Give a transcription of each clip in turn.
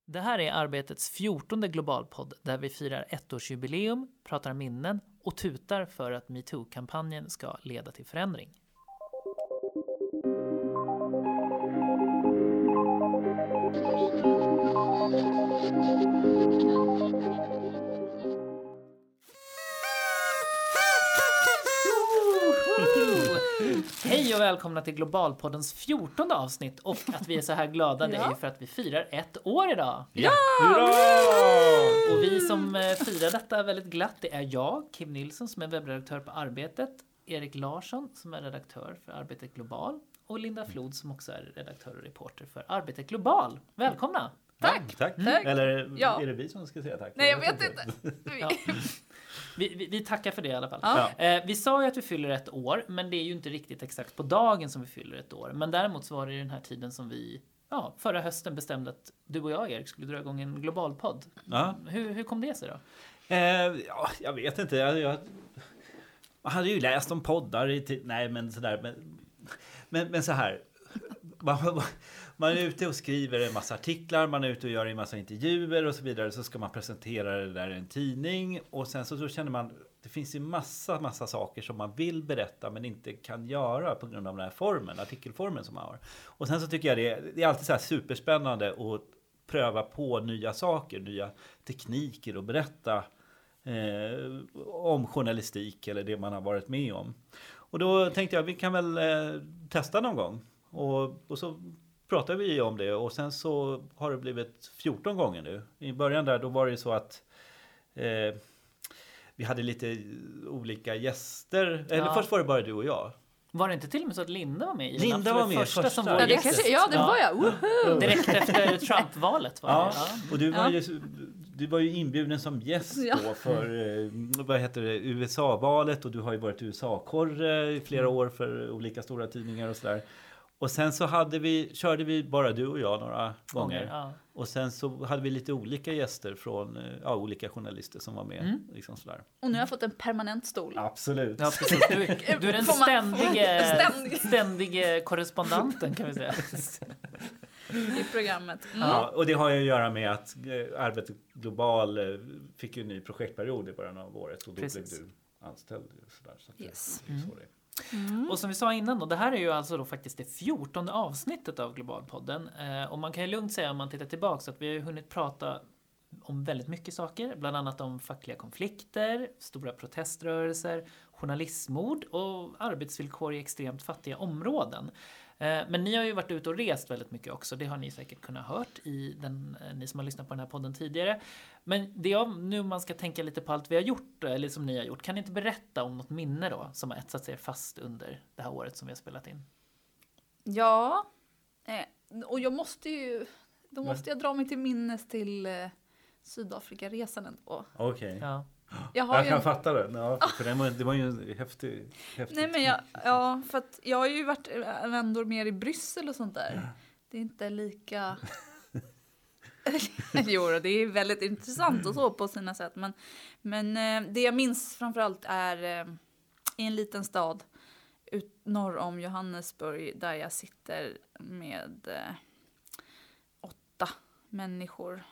Det här är Arbetets 14:e globalpodd där vi firar ettårsjubileum, pratar minnen och tutar för att MeToo-kampanjen ska leda till förändring. Hej och välkomna till Globalpoddens 14:e avsnitt, och att vi är så här glada det är ju för att vi firar 1 år idag. Ja! Och vi som firar detta väldigt glatt, det är jag, Kim Nilsson, som är webbredaktör på Arbetet, Erik Larsson som är redaktör för Arbetet Global och Linda Flod som också är redaktör och reporter för Arbetet Global. Välkomna! Tack! Tack. Eller är det vi som ska säga tack? Nej, jag vet inte. Ja. Vi tackar för det i alla fall. Ja. Vi sa ju att vi fyller 1 år, men det är ju inte riktigt exakt på dagen som vi fyller 1 år. Men däremot så var det den här tiden som vi förra hösten bestämde att du och jag, Erik, skulle dra igång en globalpodd. Ja. Hur kom det sig då? Jag vet inte. Jag hade ju läst om poddar i nej, men sådär. Men så här. Man är ute och skriver en massa artiklar, man är ute och gör en massa intervjuer och så vidare, så ska man presentera det där i en tidning, och sen så känner man, det finns ju massa saker som man vill berätta men inte kan göra på grund av den här formen, artikelformen som man har. Och sen så tycker jag det är alltid så här superspännande att pröva på nya saker, nya tekniker och berätta om journalistik eller det man har varit med om. Och då tänkte jag vi kan väl testa någon gång. Och så pratar vi om det, och sen så har det blivit 14 gånger nu. I början där, då var det så att vi hade lite olika gäster. Eller först var det bara du och jag. Var det inte till och med så att Linda var med i Linda var med första som var Ja, det kanske, det var jag. Woho! direkt efter Trump-valet var det. Ja. Och du var ju inbjuden som gäst då för vad heter det, USA-valet, och du har ju varit USA-korre i flera år för olika stora tidningar och sådär. Och sen så körde vi bara du och jag några gånger. Ja. Och sen så hade vi lite olika gäster från olika journalister som var med. Liksom sådär. Och nu har jag fått en permanent stol. Absolut. Ja, precis. Du är den ständige korrespondanten, kan vi säga. I programmet. Ja, och det har ju att göra med att Arbetet Global fick ju en ny projektperiod i början av året, och då blev du anställd. Sådär, så Yes. det är så det är. Och som vi sa innan då, det här är ju alltså då faktiskt det 14:e avsnittet av Globalpodden. Och man kan ju lugnt säga om man tittar tillbaka att vi har hunnit prata om väldigt mycket saker. Bland annat om fackliga konflikter, stora proteströrelser, journalistmord och arbetsvillkor i extremt fattiga områden. Men ni har ju varit ute och rest väldigt mycket också. Det har ni säkert kunnat hört ni som har lyssnat på den här podden tidigare. Men nu man ska tänka lite på allt vi har gjort, eller som ni har gjort. Kan ni inte berätta om något minne då som har etsat sig fast under det här året som vi har spelat in? Ja, och jag måste jag dra mig till minnes till Sydafrika-resan ändå. Okej. Ja. Jag kan fatta det. Ja, för det var ju en häftig. Nej, men för att jag har ju varit vändor mer i Bryssel och sånt där. Det är inte lika. Jo, det är väldigt intressant och så på sina sätt. Men det jag minns framförallt är i en liten stad norr om Johannesburg, där jag sitter med 8 människor,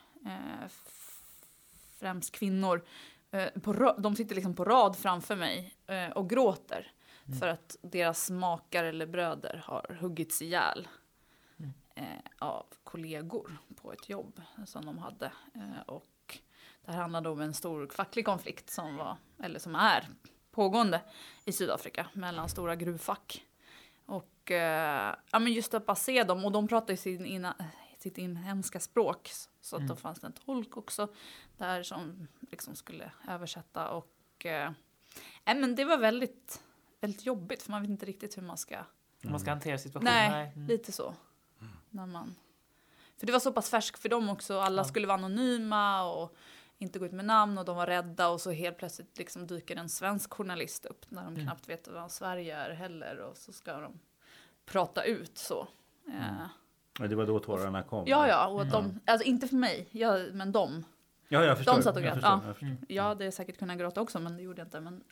främst kvinnor. De sitter liksom på rad framför mig och gråter för att deras makar eller bröder har huggits ihjäl av kollegor på ett jobb som de hade. Och det här handlade om en stor facklig konflikt som är pågående i Sydafrika mellan stora gruvfack. Och men just att bara se dem, och de pratar ju sitt inhemska språk, så att då fanns det en tolk också där som liksom skulle översätta, och men det var väldigt, väldigt jobbigt, för man vet inte riktigt hur man ska hantera situationen. Nej. Lite så. För det var så pass färskt för dem också, alla skulle vara anonyma och inte gå ut med namn, och de var rädda, och så helt plötsligt liksom dyker en svensk journalist upp när de knappt vet vad Sverige är heller, och så ska de prata ut så. Det var då tårarna kom. Ja, och de, alltså inte för mig, men de. Ja, jag förstår. De satt och grät. Jag förstår. Jag hade säkert kunnat gråta också, men det gjorde jag inte. Men,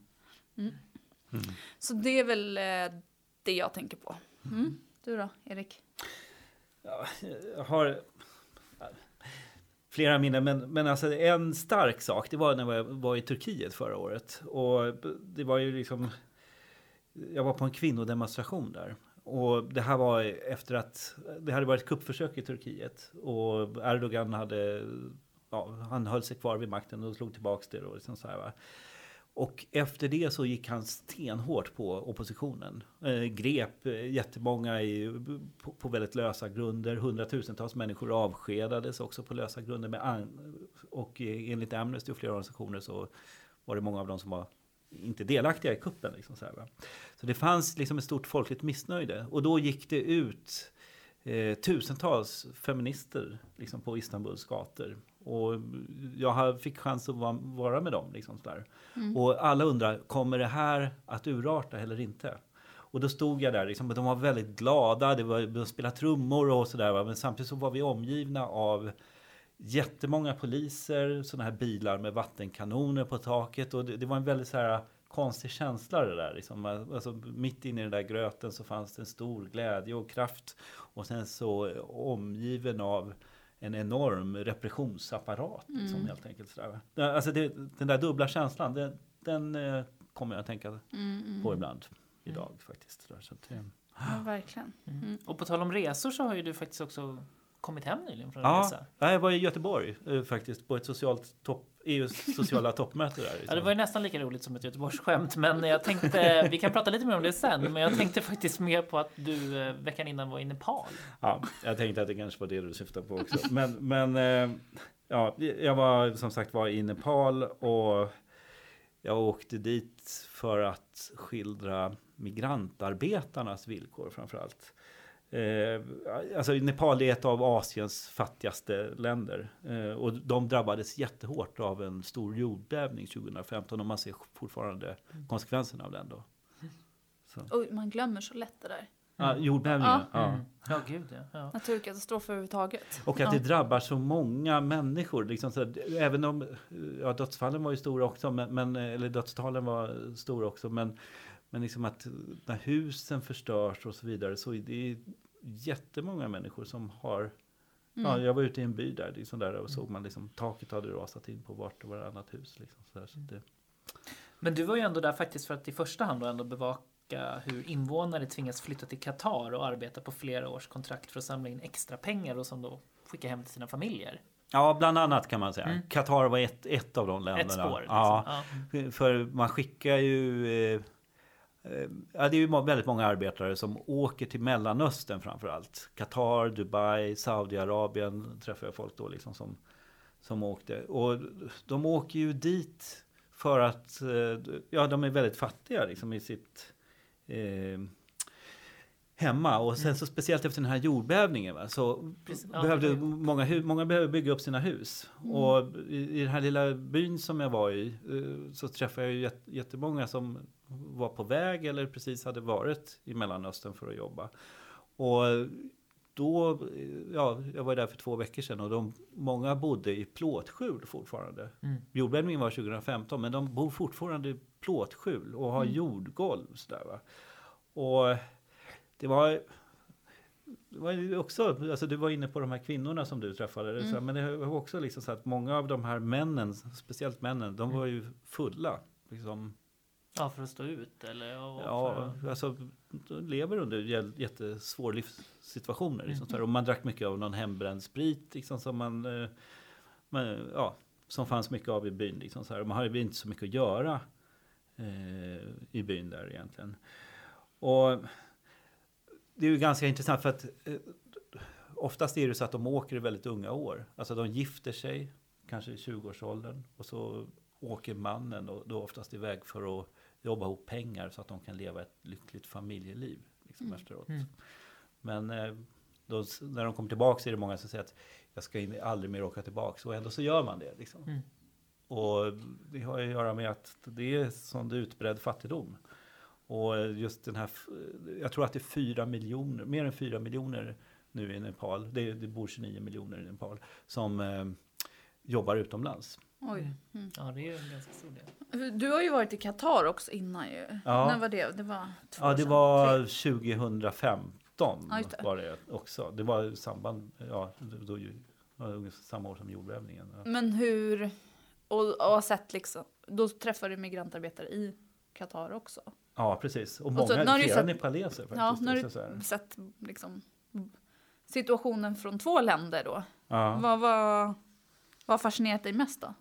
Så det är väl det jag tänker på. Du då, Erik? Ja, jag har... flera minnen, men alltså en stark sak, det var när jag var i Turkiet förra året. Och det var ju liksom, jag var på en kvinnodemonstration där. Och det här var efter att det hade varit kuppförsök i Turkiet. Och Erdogan han höll sig kvar vid makten och slog tillbaka det. Och liksom så här, va? Och efter det så gick han stenhårt på oppositionen. Grep jättemånga på väldigt lösa grunder. Hundratusentals människor avskedades också på lösa grunder. Och enligt Amnesty och flera organisationer så var det många av dem som var inte delaktiga i kuppen. Liksom så här, va? Så det fanns liksom ett stort folkligt missnöje. Och då gick det ut tusentals feminister liksom på Istanbuls gator. Och jag fick chans att vara med dem. Liksom så där. Och alla undrar, kommer det här att urarta eller inte? Och då stod jag där, liksom, de var väldigt glada, de spelade trummor och sådär. Men samtidigt så var vi omgivna av jättemånga poliser, sådana här bilar med vattenkanoner på taket. Och det var en väldigt så här konstig känsla det där. Liksom. Alltså, mitt inne i den där gröten så fanns det en stor glädje och kraft. Och sen så omgiven av en enorm repressionsapparat. Liksom, helt enkelt. Sådär. Alltså den där dubbla känslan, den kommer jag att tänka på ibland idag faktiskt. Så att, ja, verkligen. Och på tal om resor så har ju du faktiskt också kommit hem nyligen från en resa. Ja, jag var i Göteborg faktiskt på ett EUs sociala toppmöte där. Ja, det var ju nästan lika roligt som ett Göteborgsskämt, men jag tänkte, vi kan prata lite mer om det sen, men jag tänkte faktiskt mer på att du veckan innan var i Nepal. Ja, jag tänkte att det kanske var det du syftade på också. Men ja, jag var i Nepal och jag åkte dit för att skildra migrantarbetarnas villkor framförallt. Alltså Nepal är ett av Asiens fattigaste länder och de drabbades jättehårt av en stor jordbävning 2015 och man ser fortfarande konsekvenserna av den då. Och man glömmer så lätt det där. Ja, jordbävningen. Ja. Ja, gud ja. Naturkatastrofer överhuvudtaget. Och att det drabbar så många människor. Liksom så att, även om dödsfallen var ju stora också, eller dödstalen var stora också, men liksom att när husen förstörs och så vidare så är det jättemånga människor som har... Ja, jag var ute i en by där, liksom där och såg man liksom taket hade rasat in på vart och varannat hus. Liksom, så där, så det... Men du var ju ändå där faktiskt för att i första hand då ändå bevaka hur invånare tvingas flytta till Qatar och arbeta på flera års kontrakt för att samla in extra pengar och som då skicka hem till sina familjer. Ja, bland annat kan man säga. Qatar var ett av de länderna. Ett spår. Liksom. Ja, för man skickar ju... Ja, det är ju väldigt många arbetare som åker till Mellanöstern framförallt. Qatar, Dubai, Saudiarabien träffar jag folk då liksom som åkte. Och de åker ju dit för att de är väldigt fattiga liksom i sitt hemma. Och sen så speciellt efter den här jordbävningen så behövde många behöver bygga upp sina hus. Och i den här lilla byn som jag var i så träffade jag jättemånga som var på väg eller precis hade varit i Mellanöstern för att jobba. Och då, jag var där för 2 veckor sedan och många bodde i plåtskjul fortfarande. Jordbävningen var 2015 men de bor fortfarande i plåtskjul och har jordgolv. Sådär, va? Och det var också, alltså du var inne på de här kvinnorna som du träffade, så, men det var också liksom så att många av de här männen, speciellt männen, de var ju fulla. Liksom. Ja, för att stå ut eller? Alltså de lever under jättesvår livssituationer. Liksom, så här. Och man drack mycket av någon hembränd sprit liksom, som som fanns mycket av i byn. Liksom, så här. Och man hade inte så mycket att göra i byn där egentligen. Och det är ju ganska intressant för att oftast är det så att de åker i väldigt unga år. Alltså de gifter sig, kanske i 20-årsåldern. Och så åker mannen och då oftast iväg för att jobba ihop pengar så att de kan leva ett lyckligt familjeliv. Liksom, efteråt. Men när de kommer tillbaka så är det många som säger att jag ska aldrig mer åka tillbaka. Och ändå så gör man det. Liksom. Och det har att göra med att det är sån utbredd fattigdom. Och just den här, jag tror att det är 4 miljoner, mer än 4 miljoner nu i Nepal. Det bor 29 miljoner i Nepal som jobbar utomlands. Oj. Ja, det är ju en ganska stor del. Du har ju varit i Qatar också innan ju. Ja. När var det? Det var 2 Ja, det var 2015 Ja, just det. var det också. Det var i samband, då Samma år som jordbävningen. Ja. Men hur, och har sett liksom, då träffar du migrantarbetare i Qatar också? Ja, precis. Och Och så, många, när har du flera sett- nepaleser faktiskt. Ja, när också, så här. du sett liksom situationen från 2 länder då. Ja. Vad har fascinerat dig mest då?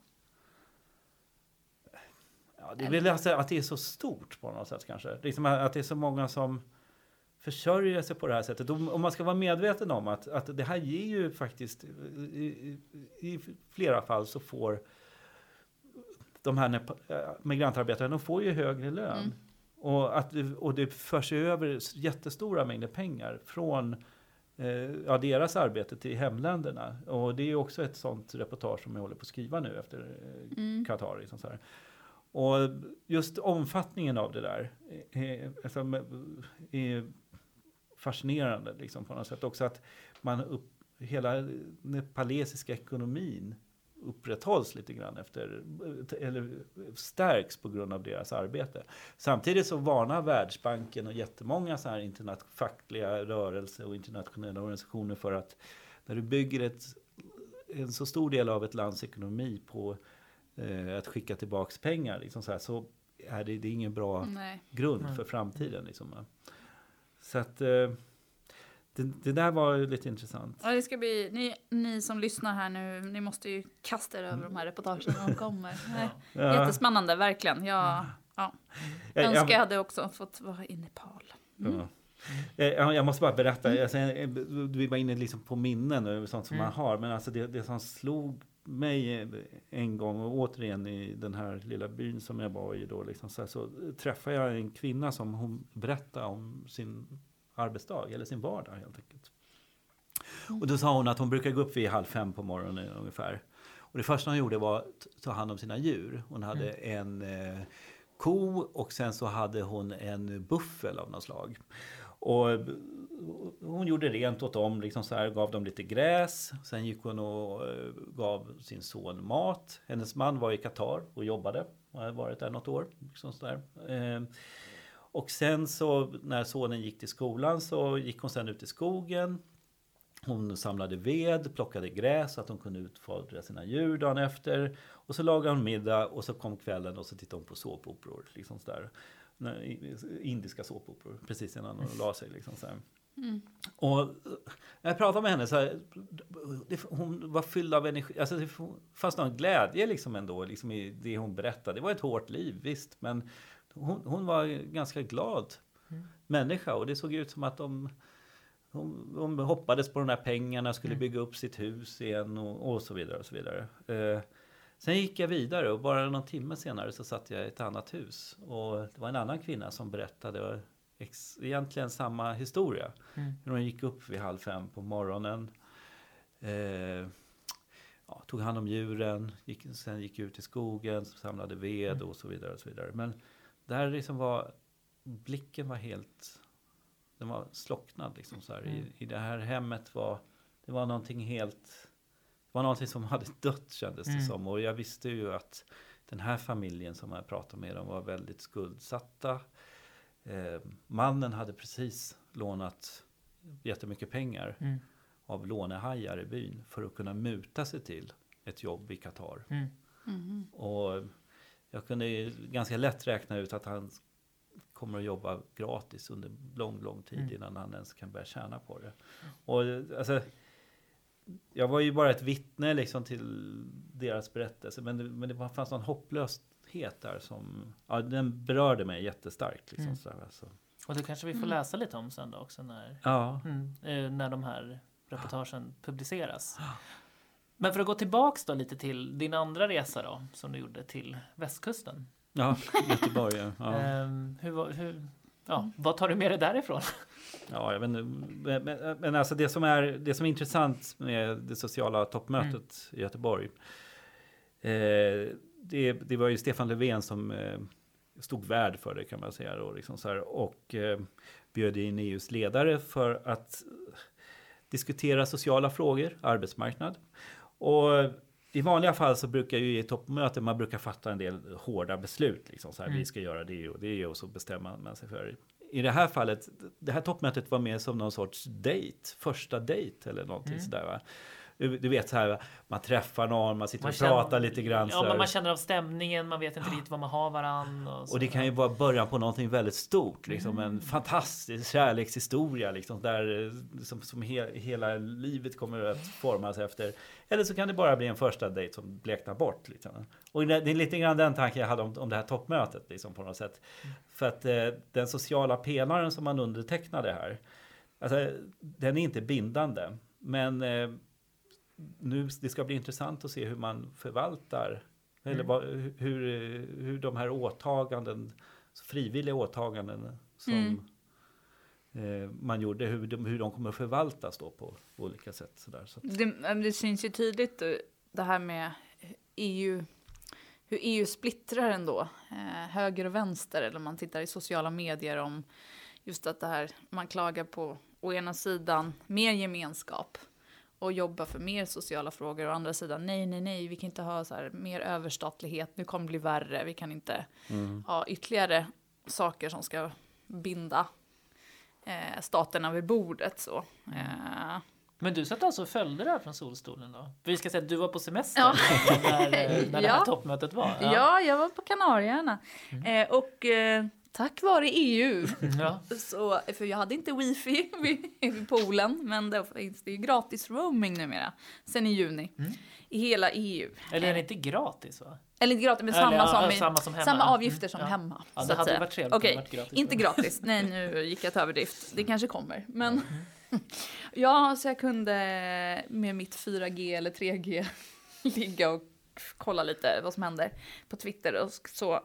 Ja, det är väl alltså att det är så stort på något sätt kanske. Liksom att det är så många som försörjer sig på det här sättet. Om man ska vara medveten om att det här ger ju faktiskt i flera fall så får de här migrantarbetarna, de får ju högre lön. Och det förs över jättestora mängder pengar från deras arbete till hemländerna. Och det är också ett sånt reportage som jag håller på att skriva nu efter Qatar. Liksom så här. Och just omfattningen av det där är fascinerande liksom, på något sätt. Också att hela nepalesiska ekonomin upprätthålls lite grann eller stärks på grund av deras arbete. Samtidigt så varnar Världsbanken och jättemånga så här fackliga rörelser och internationella organisationer för att när du bygger en så stor del av ett lands ekonomi på att skicka tillbaks pengar liksom så är det är ingen bra grund för framtiden. Liksom. Så att det där var ju lite intressant. Ja, det ska bli, ni som lyssnar här nu, ni måste ju kasta er över de här reportagen när de kommer. Ja. Jättespännande, verkligen. Jag önskar jag hade också fått vara i Nepal. Jag måste bara berätta, du var inne liksom på minnen och sånt som man har, men alltså det som slog mig en gång och återigen i den här lilla byn som jag var i då liksom, så träffade jag en kvinna som hon berättade om sin arbetsdag eller sin vardag helt enkelt. Och då sa hon att hon brukar gå upp vid 4:30 på morgonen ungefär. Och det första hon gjorde var att ta hand om sina djur. Hon hade en ko och sen så hade hon en buffel av något slag. Och hon gjorde rent åt dem, liksom så här, gav dem lite gräs. Sen gick hon och gav sin son mat. Hennes man var i Qatar och jobbade. Han hade varit där något år. Liksom så där. Och sen så när sonen gick till skolan så gick hon sen ut i skogen. Hon samlade ved, plockade gräs så att hon kunde utfodra sina djur dagen efter. Och så lagade hon middag och så kom kvällen och så tittade hon på såpoperor. Liksom så där. Indiska såpoperor, precis innan hon la sig. Liksom så här. Och när jag pratade med henne så här, hon var fylld av energi. Alltså det fanns någon glädje liksom ändå liksom i det hon berättade. Det var ett hårt liv, visst. Men hon var ganska glad människa. Och det såg ut som att de hoppades på de här pengarna, skulle bygga upp sitt hus igen och så vidare och så vidare. Sen gick jag vidare och bara någon timme senare så satt jag i ett annat hus. Och det var en annan kvinna som berättade egentligen samma historia. Hur hon gick upp vid 4:30 på morgonen. Tog hand om djuren. Sen gick ut i skogen, samlade ved och så vidare och så vidare. Men där liksom blicken var helt... Den var slocknad liksom så här. I det här hemmet det var någonting helt... Det var någonting som hade dött kändes det som. Och jag visste ju att den här familjen som jag pratade med dem var väldigt skuldsatta. Mannen hade precis lånat jättemycket pengar av lånehajar i byn för att kunna muta sig till ett jobb i Qatar. Och jag kunde ganska lätt räkna ut att han kommer att jobba gratis under lång tid innan han ens kan börja tjäna på det. Och alltså... Jag var ju bara ett vittne liksom till deras berättelse. Men det fanns någon hopplöshet där som... Ja, den berörde mig jättestarkt. Liksom, så här, alltså. Och det kanske vi får läsa lite om sen då också när de här reportagen publiceras. Men för att gå tillbaks då lite till din andra resa då, som du gjorde till västkusten. Ja, Göteborg. Vad tar du med dig därifrån? Ja, jag vet inte. Men alltså det som är intressant med det sociala toppmötet i Göteborg. Det var ju Stefan Löfven som stod värd för det kan man säga. Och, liksom så här, och bjöd in EUs ledare för att diskutera sociala frågor, arbetsmarknad. Och i vanliga fall så brukar ju i ett toppmöte man brukar fatta en del hårda beslut. Liksom, så här, vi ska göra det och så bestämmer man sig för. I det här fallet, det här toppmötet var mer som någon sorts första dejt eller någonting sådär va. du vet så här, man träffar någon, man sitter Man och känner- pratar lite grann. Ja, så men här. man känner av stämningen, man vet inte riktigt vad man har varann. Och det kan ju vara början på någonting väldigt stort. Liksom en fantastisk kärlekshistoria. Liksom, där, som hela livet kommer att formas efter. Eller så kan det bara bli en första dejt som bleknar bort. Liksom. Och det är lite grann den tanken jag hade om det här toppmötet. Liksom, på något sätt. För att den sociala pelaren som man undertecknade här. Alltså, den är inte bindande. Men nu det ska bli intressant att se hur man förvaltar. Eller hur de här åtaganden, frivilliga åtaganden som man gjorde, hur de kommer att förvaltas då på olika sätt. Sådär. Så Det syns ju tydligt det här med EU, hur EU splittrar ändå, höger och vänster, eller man tittar i sociala medier om just att det här, man klagar på å ena sidan mer gemenskap och jobba för mer sociala frågor, och å andra sidan nej, vi kan inte ha så här mer överstatlighet, nu kommer det bli värre, vi kan inte ha ytterligare saker som ska binda staterna vid bordet så. Men du satt alltså och följde det här från solstolen då? För vi ska säga att du var på semester när det här toppmötet var. Ja, jag var på Kanarieöarna. Och tack vare EU. Så, för jag hade inte wifi vid poolen, men det finns ju gratis roaming numera. Sen i juni. I hela EU. Eller är det inte gratis va? Eller inte gratis, men samma som hemma. Samma avgifter som hemma. Ja, det hade varit trevligt. Okej, inte gratis. Nej, nu gick jag till överdrift. Det kanske kommer. Men ja, så jag kunde med mitt 4G eller 3G ligga och kolla lite vad som händer på Twitter och så.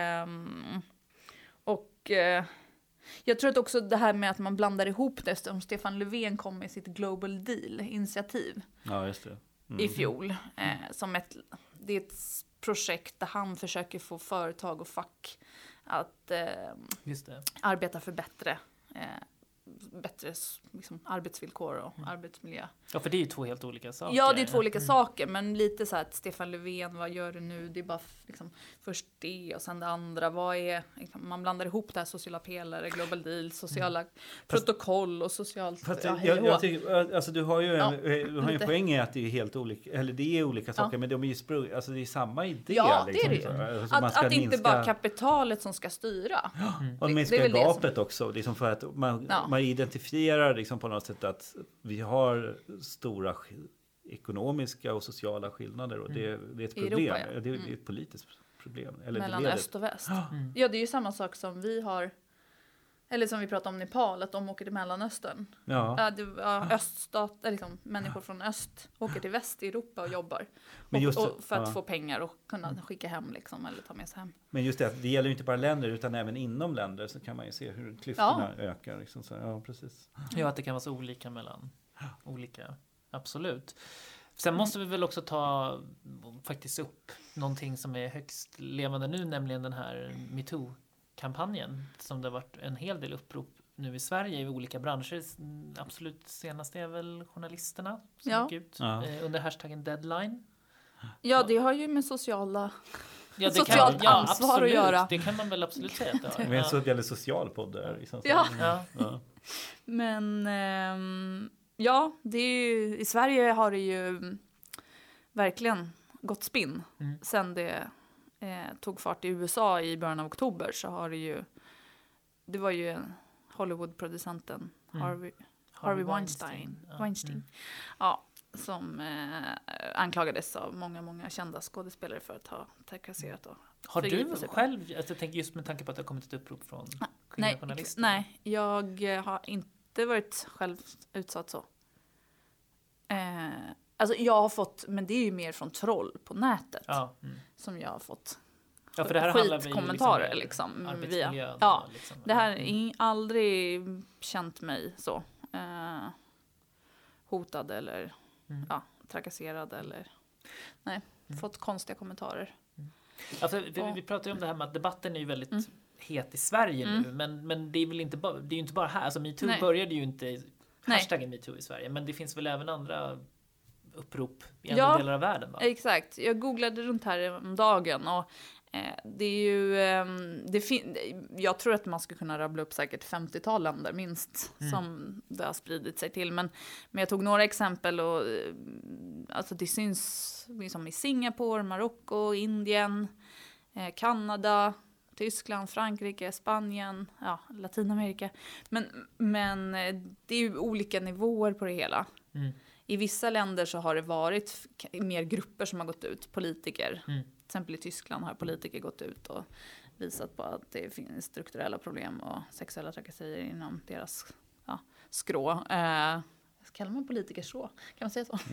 Jag tror att också det här med att man blandar ihop det, som Stefan Löfven kom med sitt Global Deal-initiativ just det. i fjol. Det är ett projekt där han försöker få företag och fack att arbeta för bättre liksom, arbetsvillkor och arbetsmiljö. Ja, för det är ju två helt olika saker. Ja, det är två olika saker, men lite så här att Stefan Löfven, vad gör du nu? Det är bara liksom, först det och sen det andra. Vad är, liksom, man blandar ihop det här, sociala pelare, global deal, sociala protokoll och socialt. Jag tycker, alltså du har ju en poäng i att det är helt olika, eller det är olika saker, men de är ju alltså det är samma idé. Ja, liksom, det är det ju. Alltså, att inte bara kapitalet som ska styra. Och minska gapet också, liksom för att man identifierar liksom på något sätt att vi har stora ekonomiska och sociala skillnader, och det är ett problem. Europa, det är ett politiskt problem. Eller mellan öst och väst. Ja, det är ju samma sak som vi har, eller som vi pratar om Nepal, att de åker till Mellanöstern. Öststat, liksom, människor från öst åker till väst i Europa och jobbar. Men för att få pengar och kunna skicka hem liksom, eller ta med sig hem. Men just det gäller ju inte bara länder utan även inom länder, så kan man ju se hur klyftorna ökar. Liksom, så, precis. Ja, att det kan vara så olika mellan olika. Absolut. Sen måste vi väl också ta faktiskt upp någonting som är högst levande nu, nämligen den här MeToo-kampanjen som det har varit en hel del upprop nu i Sverige i olika branscher. Absolut senaste är väl journalisterna som gick ut under hashtaggen deadline. Ja, det har ju med socialt ansvar absolut, att göra. Det kan man väl absolut säga att det har. Det är en väldigt social podd där. Liksom. Men det är ju, i Sverige har det ju verkligen gått spinn. Sen det tog fart i USA i början av oktober, så har det var ju Hollywood-producenten Harvey Weinstein. Som anklagades av många kända skådespelare för att ha trakasserat. Har du själv, jag tänker just med tanke på att det har kommit ett upprop från kvinnliga journalister? Nej, jag har inte varit själv utsatt så. Alltså jag har fått, men det är ju mer från troll på nätet som jag har fått för det här skitkommentarer liksom arbetsmiljön. Det här är aldrig känt mig så hotad eller trakasserad eller fått konstiga kommentarer. Vi pratar ju om det här med att debatten är ju väldigt het i Sverige nu, men det är väl inte bara, det är ju inte bara här. Alltså MeToo började ju inte hashtaggen MeToo i Sverige, men det finns väl även andra upprop i andra delar av världen, va? Exakt. Jag googlade runt här om dagen och Det är ju, jag tror att man skulle kunna rabbla upp säkert 50-tal länder minst som det har spridit sig till. Men jag tog några exempel och alltså det syns liksom i Singapore, Marocko, Indien, Kanada, Tyskland, Frankrike, Spanien, ja, Latinamerika. Men det är ju olika nivåer på det hela. I vissa länder så har det varit mer grupper som har gått ut, politiker. Till exempel i Tyskland har politiker gått ut och visat på att det finns strukturella problem och sexuella trakasserier inom deras skrå. Kallar man politiker så? Kan man säga så?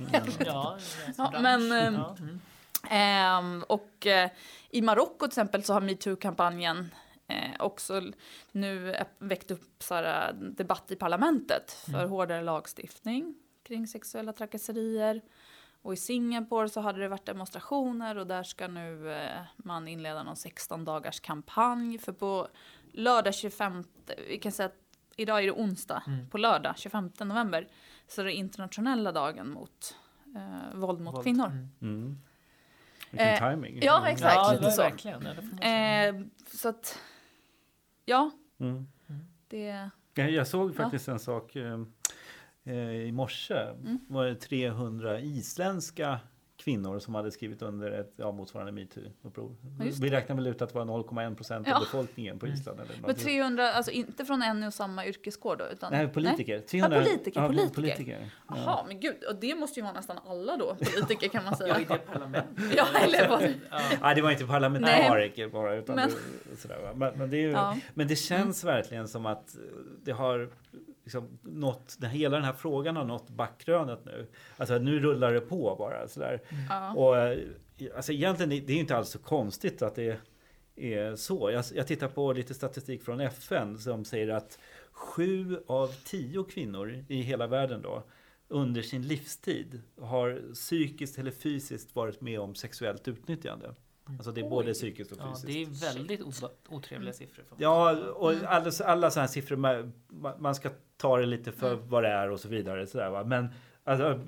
Och i Marocko till exempel så har MeToo-kampanjen också nu väckt upp så här, debatt i parlamentet för hårdare lagstiftning kring sexuella trakasserier. Och i Singapore så hade det varit demonstrationer och där ska nu man inleda någon 16-dagars kampanj. För på lördag 25, vi kan säga att idag är det onsdag, på lördag 25 november så är det internationella dagen mot våld mot kvinnor. Vilken timing. Ja, exakt. Ja, lite så. Verkligen. Så att, ja. Det... Jag såg faktiskt en sak i morse. Var det 300 isländska kvinnor som hade skrivit under ett motsvarande MeToo-uppror. Vi räknar väl ut att det var 0,1% av befolkningen på Island. Eller men 300, alltså inte från en och samma yrkeskår då? Utan, nej, politiker. 300, politiker. Jaha, men gud. Och det måste ju vara nästan alla då, politiker kan man säga. Ja, i det parlamentet. Ja, eller vad? Nej, det var inte parlamentariker bara. Utan men, sådär, men, det är ju, men det känns verkligen som att det har... Liksom hela den här frågan har nått backkrönet nu. Alltså nu rullar det på bara sådär. Och alltså egentligen det är ju inte alls så konstigt att det är så. Jag tittar på lite statistik från FN som säger att 7 av 10 kvinnor i hela världen då under sin livstid har psykiskt eller fysiskt varit med om sexuellt utnyttjande. Alltså det är både psykiskt och fysiskt. Ja, det är väldigt otrevliga siffror. Ja, och alla sådana här siffror, man ska ta det lite för vad det är och så vidare. Sådär, va? Men alltså,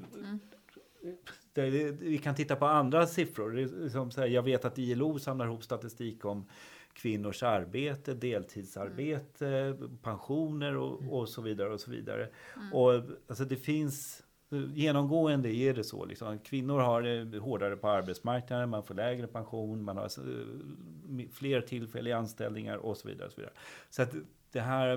vi kan titta på andra siffror. Som, så här, jag vet att ILO samlar ihop statistik om kvinnors arbete, deltidsarbete, pensioner och så vidare och så vidare. Och alltså det finns... Genomgående är det så. Liksom. Kvinnor har det hårdare på arbetsmarknaden, man får lägre pension, man har fler tillfälliga anställningar och så vidare. Och så vidare. Så att det här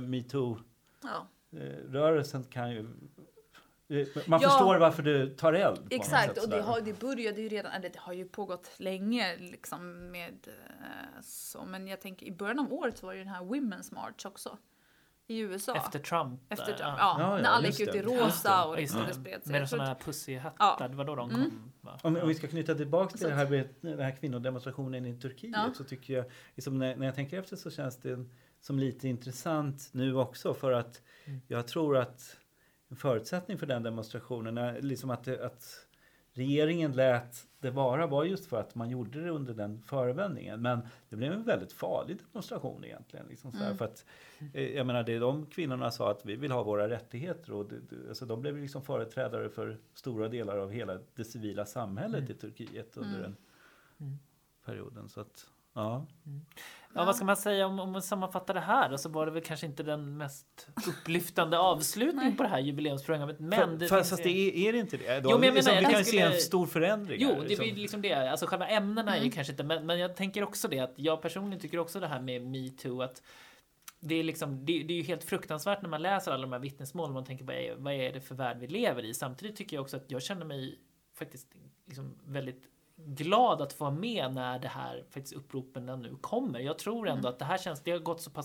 MeToo-rörelsen kan ju... Man förstår varför du tar eld. På exakt, sätt, och det började ju redan, eller det har ju pågått länge liksom med så. Men jag tänker, i början av året så var det den här Women's March också. I USA. Efter Trump. När alla gick ut i rosa och det spred sig. Med sådana här pussyhattar, det var då de kom. Om vi ska knyta tillbaka till den här kvinnodemonstrationen i Turkiet så tycker jag, liksom när jag tänker efter så känns det som lite intressant nu också för att jag tror att en förutsättning för den demonstrationen är liksom att regeringen lät det var just för att man gjorde det under den förevändningen. Men det blev en väldigt farlig demonstration egentligen. Liksom sådär, för att, jag menar, det är de kvinnorna sa att vi vill ha våra rättigheter. Och alltså, de blev liksom företrädare för stora delar av hela det civila samhället i Turkiet under den perioden. Så att, ja, vad ska man säga om man sammanfattar det här? Så var det väl kanske inte den mest upplyftande avslutningen på det här jubileumsprogrammet. Men fast det är inte det. Jo, men jag liksom, menar, vi kan se en stor förändring. Jo, det är liksom det. Alltså själva ämnena är ju kanske inte... Men jag tänker också det att jag personligen tycker också det här med MeToo att det är liksom, det är ju helt fruktansvärt när man läser alla de här vittnesmål och man tänker vad är det för värld vi lever i. Samtidigt tycker jag också att jag känner mig faktiskt liksom väldigt glad att få vara med när det här faktiskt uppropen nu kommer. Jag tror ändå att det här känns, det har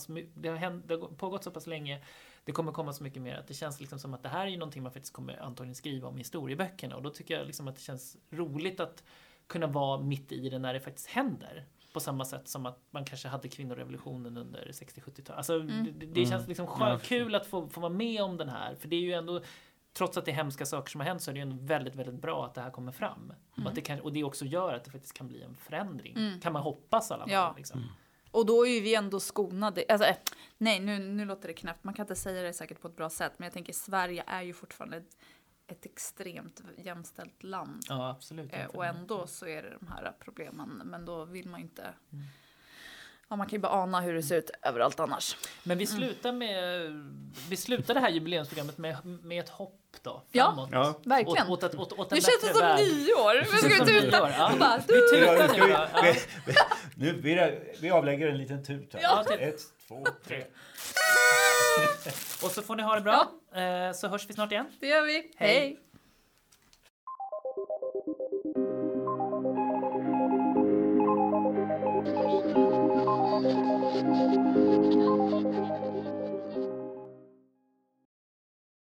pågått så pass länge, det kommer komma så mycket mer att det känns liksom som att det här är ju någonting man faktiskt kommer antagligen skriva om i historieböckerna och då tycker jag liksom att det känns roligt att kunna vara mitt i det när det faktiskt händer. På samma sätt som att man kanske hade kvinnorevolutionen under 60-70-talet. Alltså det känns liksom kul att få vara med om den här, för det är ju ändå trots att det är hemska saker som har hänt så är det ju ändå väldigt, väldigt bra att det här kommer fram. Och det också gör att det faktiskt kan bli en förändring. Kan man hoppas i alla fall. Liksom. Och då är ju vi ändå skonade. Alltså, nej, nu låter det knäppt. Man kan inte säga det säkert på ett bra sätt. Men jag tänker Sverige är ju fortfarande ett extremt jämställt land. Ja, absolut. Och ändå så är det de här problemen. Men då vill man ju inte... Ja, man kan ju bara ana hur det ser ut överallt annars. Men vi slutar det här jubileumsprogrammet med ett hopp då. Ja, Framåt. Ja. verkligen. Åt en Nu känns det bättre som värld. nyår. Vi ska Som tuta. nyår, ja. Och bara, Vi tutar nu då. Ja. Vi avlägger en liten tut här. Ja. 1, 2, 3. Och så får ni ha det bra. Så hörs vi snart igen. Det gör vi. Hej. Hej.